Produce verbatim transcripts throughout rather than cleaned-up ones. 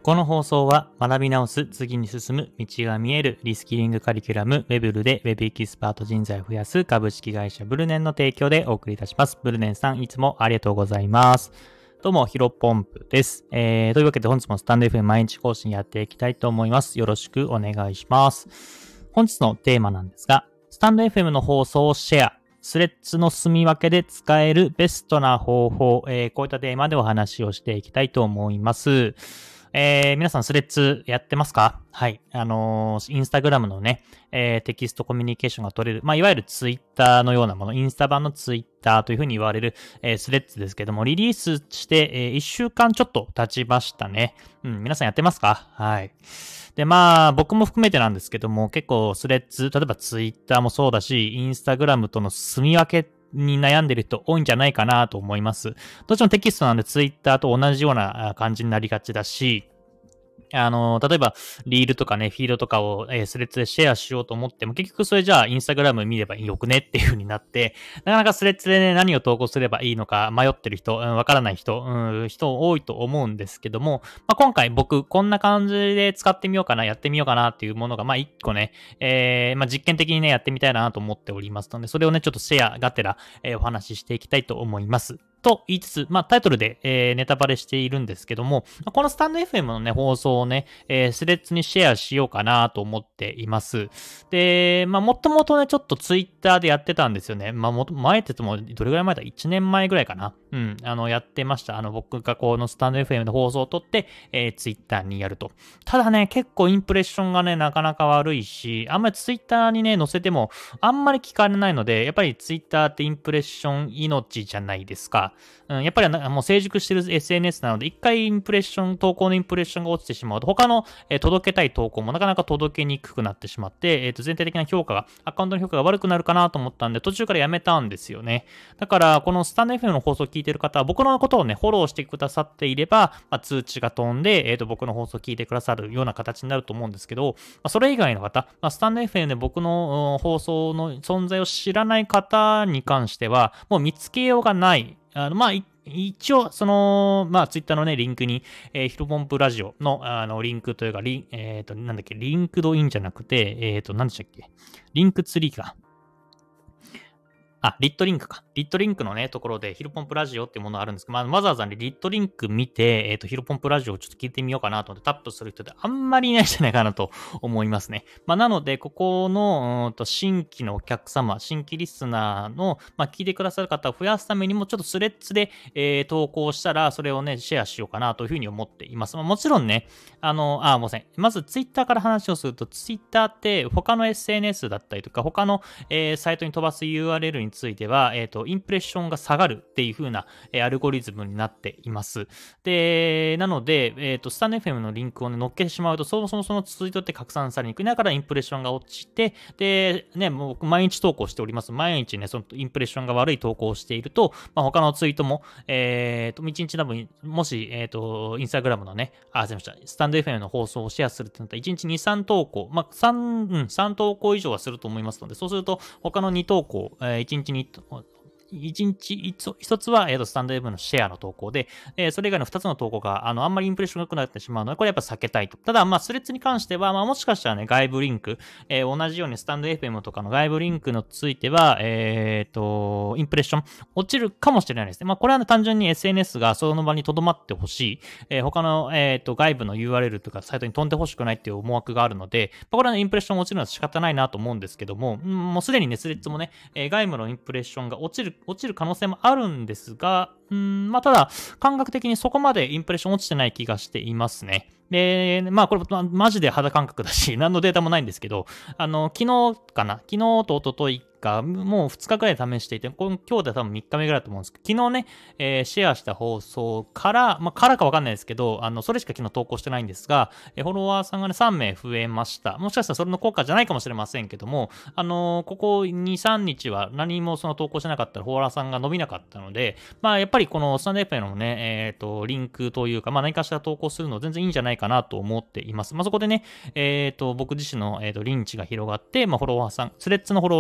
この放送は学び直す、次に進む、道が見える、リスキリングカリキュラム、ウェブルで Web エキスパート人材を増やす株式会社ブルネンの提供でお送りいたします。ブルネンさん、いつもありがとうございます。どうも、ヒロポンプです。えー、というわけで本日もスタンド エフエム 毎日更新やっていきたいと思います。よろしくお願いします。本日のテーマなんですが、スタンド エフエム の放送をシェア、スレッズの住み分けで使えるベストな方法、えー、こういったテーマでお話をしていきたいと思います。えー、皆さんスレッズやってますか？はい。あのー、インスタグラムのね、えー、テキストコミュニケーションが取れる、まあ、いわゆるツイッターのようなもの、インスタ版のツイッターというふうに言われる、えー、スレッズですけども、リリースして、えー、いっしゅうかんちょっと経ちましたね。うん、皆さんやってますか？はい。で、まあ、僕も含めてなんですけども、結構スレッズ、例えばツイッターもそうだし、インスタグラムとの住み分けに悩んでる人多いんじゃないかなと思います。どっちもテキストなんでツイッターと同じような感じになりがちだし、あの、例えば、リールとかね、フィードとかを、えー、スレッズでシェアしようと思っても、結局それじゃあ、インスタグラム見ればよくねっていう風になって、なかなかスレッズでね、何を投稿すればいいのか迷ってる人、わ、うん、からない人、うん、人多いと思うんですけども、まあ、今回僕、こんな感じで使ってみようかな、やってみようかなっていうものが、まあ、一個ね、えー、まあ、実験的にね、やってみたいなと思っておりますので、それをね、ちょっとシェアがてら、えー、お話ししていきたいと思います。と言いつつ、まあタイトルで、えー、ネタバレしているんですけども、このスタンド エフエム のね、放送をね、えー、スレッズにシェアしようかなと思っています。で、まあもともとね、ちょっとツイッターでやってたんですよね。まあもと、前って言ってもどれぐらい前だ ?いち 年前ぐらいかな。うん、あの、やってました。あの、僕がこのスタンド エフエム で放送を撮って、えー、ツイッターにやると。ただね、結構インプレッションがね、なかなか悪いし、あんまりツイッターにね、載せても、あんまり聞かれないので、やっぱりツイッターってインプレッション命じゃないですか。うん、やっぱりもう成熟してる エスエヌエス なので、一回インプレッション、投稿のインプレッションが落ちてしまうと、他の、えー、届けたい投稿もなかなか届けにくくなってしまって、えーと、全体的な評価が、アカウントの評価が悪くなるかなと思ったんで、途中からやめたんですよね。だから、このスタンド エフエム の放送を聞いている方は、僕のことをね、フォローしてくださっていれば、まあ、通知が飛んで、えーと、僕の放送を聞いてくださるような形になると思うんですけど、まあ、それ以外の方、まあ、スタンド エフエム で僕の放送の存在を知らない方に関しては、もう見つけようがない。あの、まあ、一応、その、まあ、ツイッターのね、リンクに、えー、ヒロポンプラジオの、あの、リンクというか、リン、えっ、ー、と、なんだっけ、リンクドインじゃなくて、えっ、ー、と、なんでしたっけ、リンクツリーか。あ、リットリンクか。リットリンクのね、ところで、ヒロポンプラジオっていうものがあるんですけど、まあ、わざわざね、リットリンク見て、えっ、ー、と、ヒロポンプラジオをちょっと聞いてみようかなと思ってタップする人ってあんまりいないんじゃないかなと思いますね。まあ、なので、ここの、うんと、新規のお客様、新規リスナーの、まあ、聞いてくださる方を増やすためにも、ちょっとスレッズで、えー、投稿したら、それをね、シェアしようかなというふうに思っています。まあ、もちろんね、あの、あ、もうせん。まず、ツイッターから話をすると、ツイッターって他の エスエヌエス だったりとか、他の、えー、サイトに飛ばす ユーアールエル については、えーと、インプレッションが下がるっていう風な、えー、アルゴリズムになっています。で、なので、えーと、スタンド エフエム のリンクを、ね、乗っけてしまうと、そもそもそのツイートって拡散されにくい。だからインプレッションが落ちて、で、ね、もう僕毎日投稿しております。毎日ね、そのインプレッションが悪い投稿をしていると、まあ、他のツイートも、えーと、いちにち多分、もし、えーと、インスタグラムのね、あ、すいません、スタンド エフエム の放送をシェアするってなったら、いちにちに、さん投稿、まあ、さん、うん、さん投稿以上はすると思いますので、そうすると、他のに投稿、えー、いちにちに、一日一つは、えー、とスタンド エフエム のシェアの投稿で、えー、それ以外の二つの投稿があのあんまりインプレッションが良くなってしまうので、これやっぱ避けたいと。ただ、まあ、スレッズに関しては、まあ、もしかしたらね、外部リンク、えー、同じようにスタンド エフエム とかの外部リンクについては、えっ、ー、と、インプレッション落ちるかもしれないですね。まあ、これは、ね、単純に エスエヌエス がその場に留まってほしい、えー、他の、えっ、ー、と、外部の ユーアールエル とかサイトに飛んでほしくないっていう思惑があるので、まあ、これは、ね、インプレッション落ちるのは仕方ないなと思うんですけども、うん、もうすでにね、スレッズもね、えー、外部のインプレッションが落ちる、落ちる可能性もあるんですが、うん、まあ、ただ、感覚的にそこまでインプレッション落ちてない気がしていますね。で、まあ、これ、ま、マジで肌感覚だし、何のデータもないんですけど、あの、昨日かな、昨日と一昨日か、もうふつかくらい試していて、今日で多分みっかめぐらいだと思うんですけど、昨日ね、えー、シェアした放送から、まあ、からかわかんないですけど、あの、それしか昨日投稿してないんですが、えー、フォロワーさんがね、さんめい増えました。もしかしたらそれの効果じゃないかもしれませんけども、あのー、ここに、さんにちは何もその投稿してなかったら、フォロワーさんが伸びなかったので、まあ、やっぱりこのスタンド エフエム のね、えっと、リンクというか、まあ、何かしら投稿するの全然いいんじゃないかなと思っています。まあ、そこでね、えっと、僕自身の、えー、とリンチが広がって、まあ、フォロワーさん、スレッズのフォロワーさんも増えた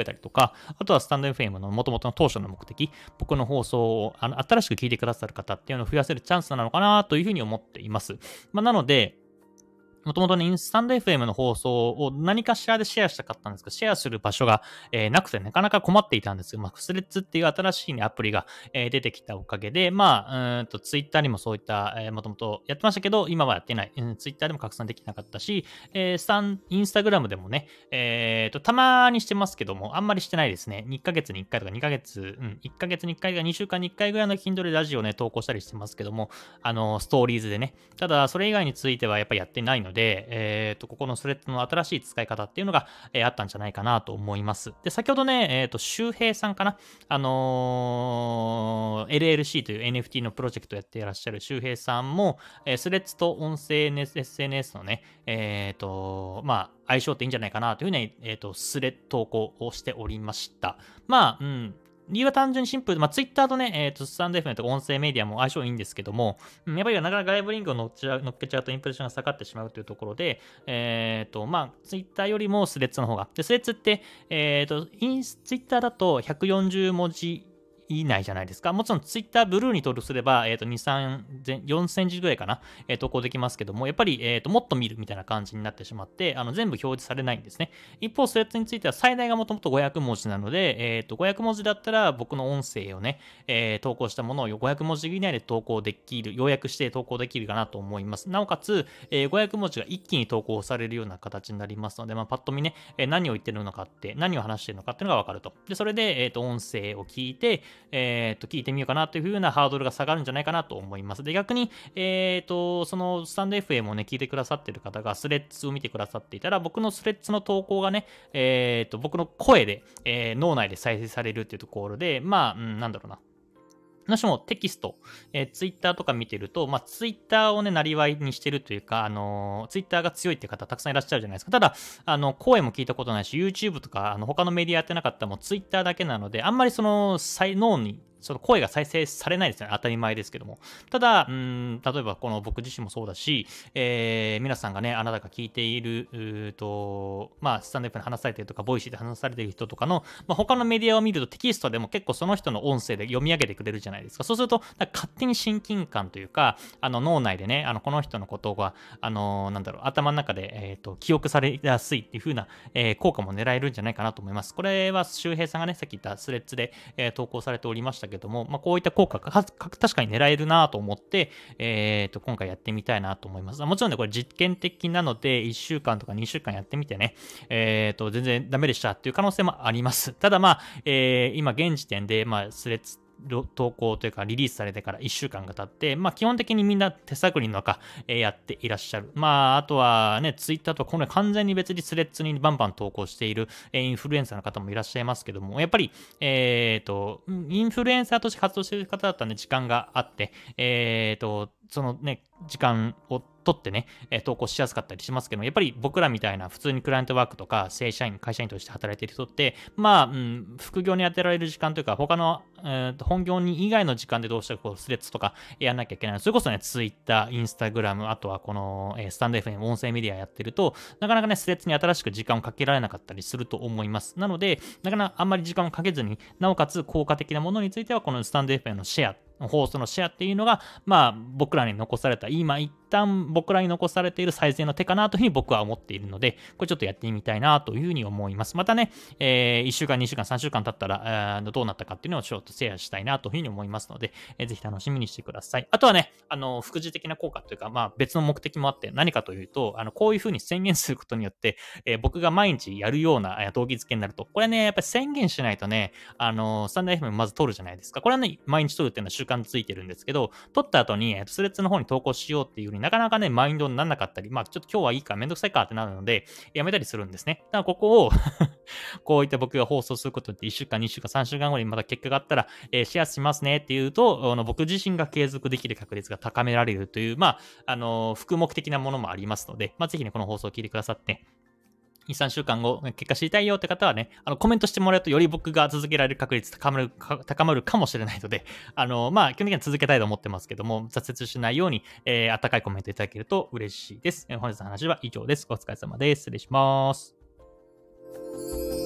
たりとか、あとはスタンド エフエム の元々の当初の目的、僕の放送をあの新しく聞いてくださる方っていうのを増やせるチャンスなのかなというふうに思っています。まあ、なので、もともとね、インスタンド エフエム の放送を何かしらでシェアしたかったんですけど、シェアする場所が、えーなくてなかなか困っていたんですよ。まあ、スレッズっていう新しい、ね、アプリが、えー出てきたおかげで、まあ、うーんと、ツイッターにもそういった、えー、もともとやってましたけど、今はやってない。うん、ツイッターでも拡散できなかったし、えー、スタン、インスタグラムでもね、えーと、たまにしてますけども、あんまりしてないですね。いっかげつにいっかいとかにかげつ、うん、いっかげつにいっかいかにしゅうかんにいっかいぐらいの Kindle ラジオね、投稿したりしてますけども、あの、ストーリーズでね。ただ、それ以外についてはやっぱりやってないので、えーえっと、ここのスレッドの新しい使い方っていうのが、えーあったんじゃないかなと思います。で、先ほどね、えっと、周平さんかなあのー エルエルシー という エヌエフティー のプロジェクトをやっていらっしゃる周平さんも、えースレッズと音声 エスエヌエス のね、えっと、まあ、相性っていいんじゃないかなというふうに、えっと、スレッド投稿をしておりました。まあ、うん。理由は単純にシンプルで、まあ、ツイッターとね、えっ、と、スタンド エフエム とか音声メディアも相性いいんですけども、うん、やっぱりなかなか外部リンクを乗っちゃう乗っけちゃうとインプレッションが下がってしまうというところで、えっ、と、まあ、ツイッターよりもスレッズの方が。で、スレッズって、えっ、と、インス、ツイッターだとひゃくよんじゅう文字以内じゃないですか。もちろんツイッターブルーに登録すれば、えっ、と、に、さん、よんセンチぐらいかな、えー投稿できますけども、やっぱり、えっ、と、もっと見るみたいな感じになってしまって、あの、全部表示されないんですね。一方、スレッズについては最大がもともとごひゃく文字なので、えっ、と、ごひゃく文字だったら僕の音声をね、えー投稿したものをごひゃく文字以内で投稿できる、要約して投稿できるかなと思います。なおかつ、えーごひゃく文字が一気に投稿されるような形になりますので、まあ、パッと見ね、えー何を言ってるのかって、何を話してるのかっていうのがわかると。で、それで、えっ、と、音声を聞いて、えっ、と、聞いてみようかなというふうなハードルが下がるんじゃないかなと思います。で、逆に、えっ、と、そのスタンド エフエム をね、聞いてくださってる方がスレッズを見てくださっていたら、僕のスレッズの投稿がね、えっ、と、僕の声で、えー脳内で再生されるっていうところで、まあ、うん、なんだろうな。もしもテキスト、えー、ツイッターとか見てると、まあ、ツイッターをね、なりわいにしてるというか、あのー、ツイッターが強いって方たくさんいらっしゃるじゃないですか。ただ、あの、声も聞いたことないし、YouTube とか、あの、他のメディアやってなかったらもうツイッターだけなので、あんまりその、才能に、その声が再生されないですよね。当たり前ですけども。ただ、うん、例えばこの僕自身もそうだし、えー皆さんがね、あなたが聞いている、うーと、まあ、スタンド エフ で話されているとか、ボイシーで話されている人とかの、まあ、他のメディアを見るとテキストでも結構その人の音声で読み上げてくれるじゃないですか。そうすると、なんか勝手に親近感というか、あの脳内でね、あのこの人のことが、あのなんだろう、頭の中で、えーと記憶されやすいっていう風な、えー効果も狙えるんじゃないかなと思います。これは周平さんがね、さっき言ったスレッズで、えー投稿されておりましたけども、まあ、こういった効果が確かに狙えるなと思って、えーと今回やってみたいなと思います。もちろんね、これ実験的なので、いっしゅうかんとかにしゅうかんやってみてね、えーと全然ダメでしたっていう可能性もあります。ただまあ、えー今現時点で、まあ、スレッズ投稿というかリリースされてからいっしゅうかんが経って、まあ基本的にみんな手探りの中、えーやっていらっしゃる。まああとはね、ツイッターとかこの完全に別にスレッズにバンバン投稿している、えーインフルエンサーの方もいらっしゃいますけども、やっぱり、えっと、インフルエンサーとして活動している方だったらね、時間があって、えっと、そのね、時間を取ってね、えー投稿しやすかったりしますけども、やっぱり僕らみたいな普通にクライアントワークとか正社員、会社員として働いている人って、まあ、うん、副業に当てられる時間というか、他の、えーと本業に以外の時間でどうしてこうスレッズとかやんなきゃいけない。それこそね、Twitter、Instagram、あとはこの、えースタンド エフエム、音声メディアやってると、なかなかね、スレッズに新しく時間をかけられなかったりすると思います。なので、なかなかあんまり時間をかけずに、なおかつ効果的なものについては、このスタンド エフエム のシェア、放送のシェアっていうのが、まあ、僕らに残された、今一旦僕らに残されている最善の手かなというふうに僕は思っているので、これちょっとやってみたいなというふうに思います。またね、えー、いっしゅうかん、にしゅうかん、さんしゅうかん経ったら、えーどうなったかっていうのをちょっとシェアしたいなというふうに思いますので、えーぜひ楽しみにしてください。あとはね、あの、副次的な効果というか、まあ別の目的もあって、何かというと、あの、こういうふうに宣言することによって、えー僕が毎日やるような、えー動機づけになると、これね、やっぱり宣言しないとね、あの、スタンド エフエム まず取るじゃないですか。これはね、毎日取るっていうのは習慣ついてるんですけど、取った後に、えースレッズの方に投稿しようっていう風になかなかね、マインドにならなかったり、まあちょっと今日はいいか、めんどくさいかってなるので、やめたりするんですね。だからここをこういった僕が放送することっていっしゅうかん、にしゅうかん、さんしゅうかん後にまた結果があったら、えーシェアしますねっていうと、あの僕自身が継続できる確率が高められるという、まあ、あの、副目的なものもありますので、まあぜひね、この放送を聞いてくださって、に、さんしゅうかんご、結果知りたいよって方はね、あの、コメントしてもらうとより僕が続けられる確率高まるか、高まるかもしれないので、あの、まあ、基本的には続けたいと思ってますけども、挫折しないように、えー、あったかいコメントいただけると嬉しいです。えー本日の話は以上です。お疲れ様です。失礼します。